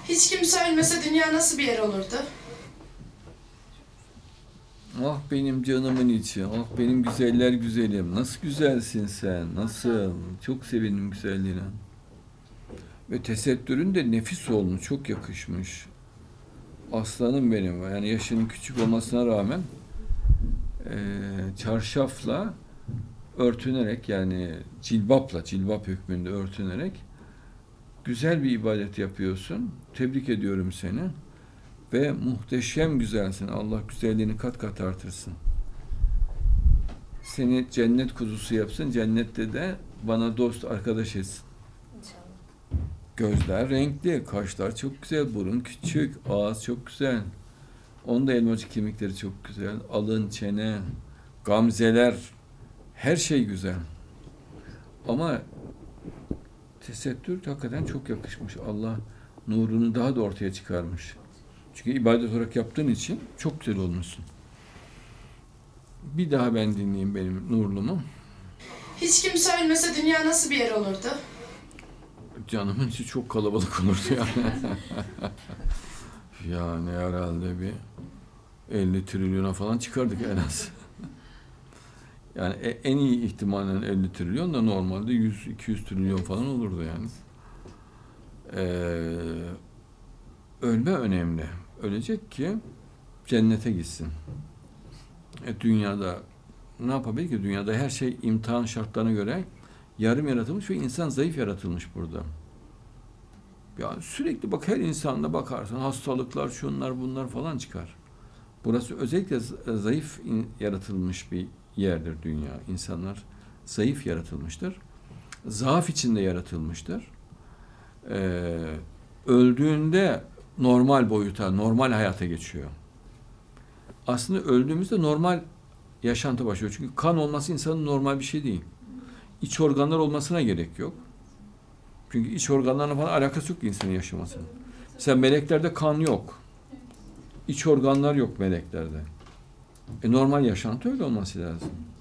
Hiç kimse ölmese dünya nasıl bir yer olurdu? Ah benim canımın içi, ah benim güzeller güzelim. Nasıl güzelsin sen, nasıl? Çok sevindim güzelliğine. Ve tesettürün de nefis olmuş, çok yakışmış. Aslanım benim. Yani yaşının küçük olmasına rağmen çarşafla örtünerek, yani cilbapla, cilbap hükmünde örtünerek güzel bir ibadet yapıyorsun. Tebrik ediyorum seni. Ve muhteşem güzelsin. Allah güzelliğini kat kat artırsın. Seni cennet kuzusu yapsın. Cennette de bana dost, arkadaş etsin. İnşallah. Gözler renkli, kaşlar çok güzel, burun küçük, ağız çok güzel. Onun da elmacık kemikleri çok güzel. Alın, çene, gamzeler, her şey güzel. Ama tesettür hakikaten çok yakışmış. Allah nurunu daha da ortaya çıkarmış. Çünkü ibadet olarak yaptığın için çok güzel olmuşsun. Bir daha ben dinleyeyim benim nurlumu. Hiç kimse ölmese dünya nasıl bir yer olurdu? Canımın içi çok kalabalık olurdu yani. Yani herhalde bir 50 trilyona falan çıkardık en az. Yani en iyi ihtimalle 50 trilyon da normalde 100-200 trilyon falan olurdu yani. Ölme önemli. Ölecek ki cennete gitsin. Dünyada ne yapabilir ki? Dünyada her şey imtihan şartlarına göre yarım yaratılmış ve insan zayıf yaratılmış burada. Yani sürekli bak, her insanda bakarsın hastalıklar, şunlar bunlar falan çıkar. Burası özellikle zayıf yaratılmış bir yerdir dünya. İnsanlar zayıf yaratılmıştır. Zaaf içinde yaratılmıştır. Öldüğünde normal boyuta, normal hayata geçiyor. Aslında öldüğümüzde normal yaşantı başlıyor. Çünkü kan olması insanın normal bir şey değil. İç organlar olmasına gerek yok. Çünkü iç organlarla falan alakası yok insanın yaşamasının. Mesela meleklerde kan yok. İç organlar yok meleklerde. Normal yaşantı öyle olması lazım.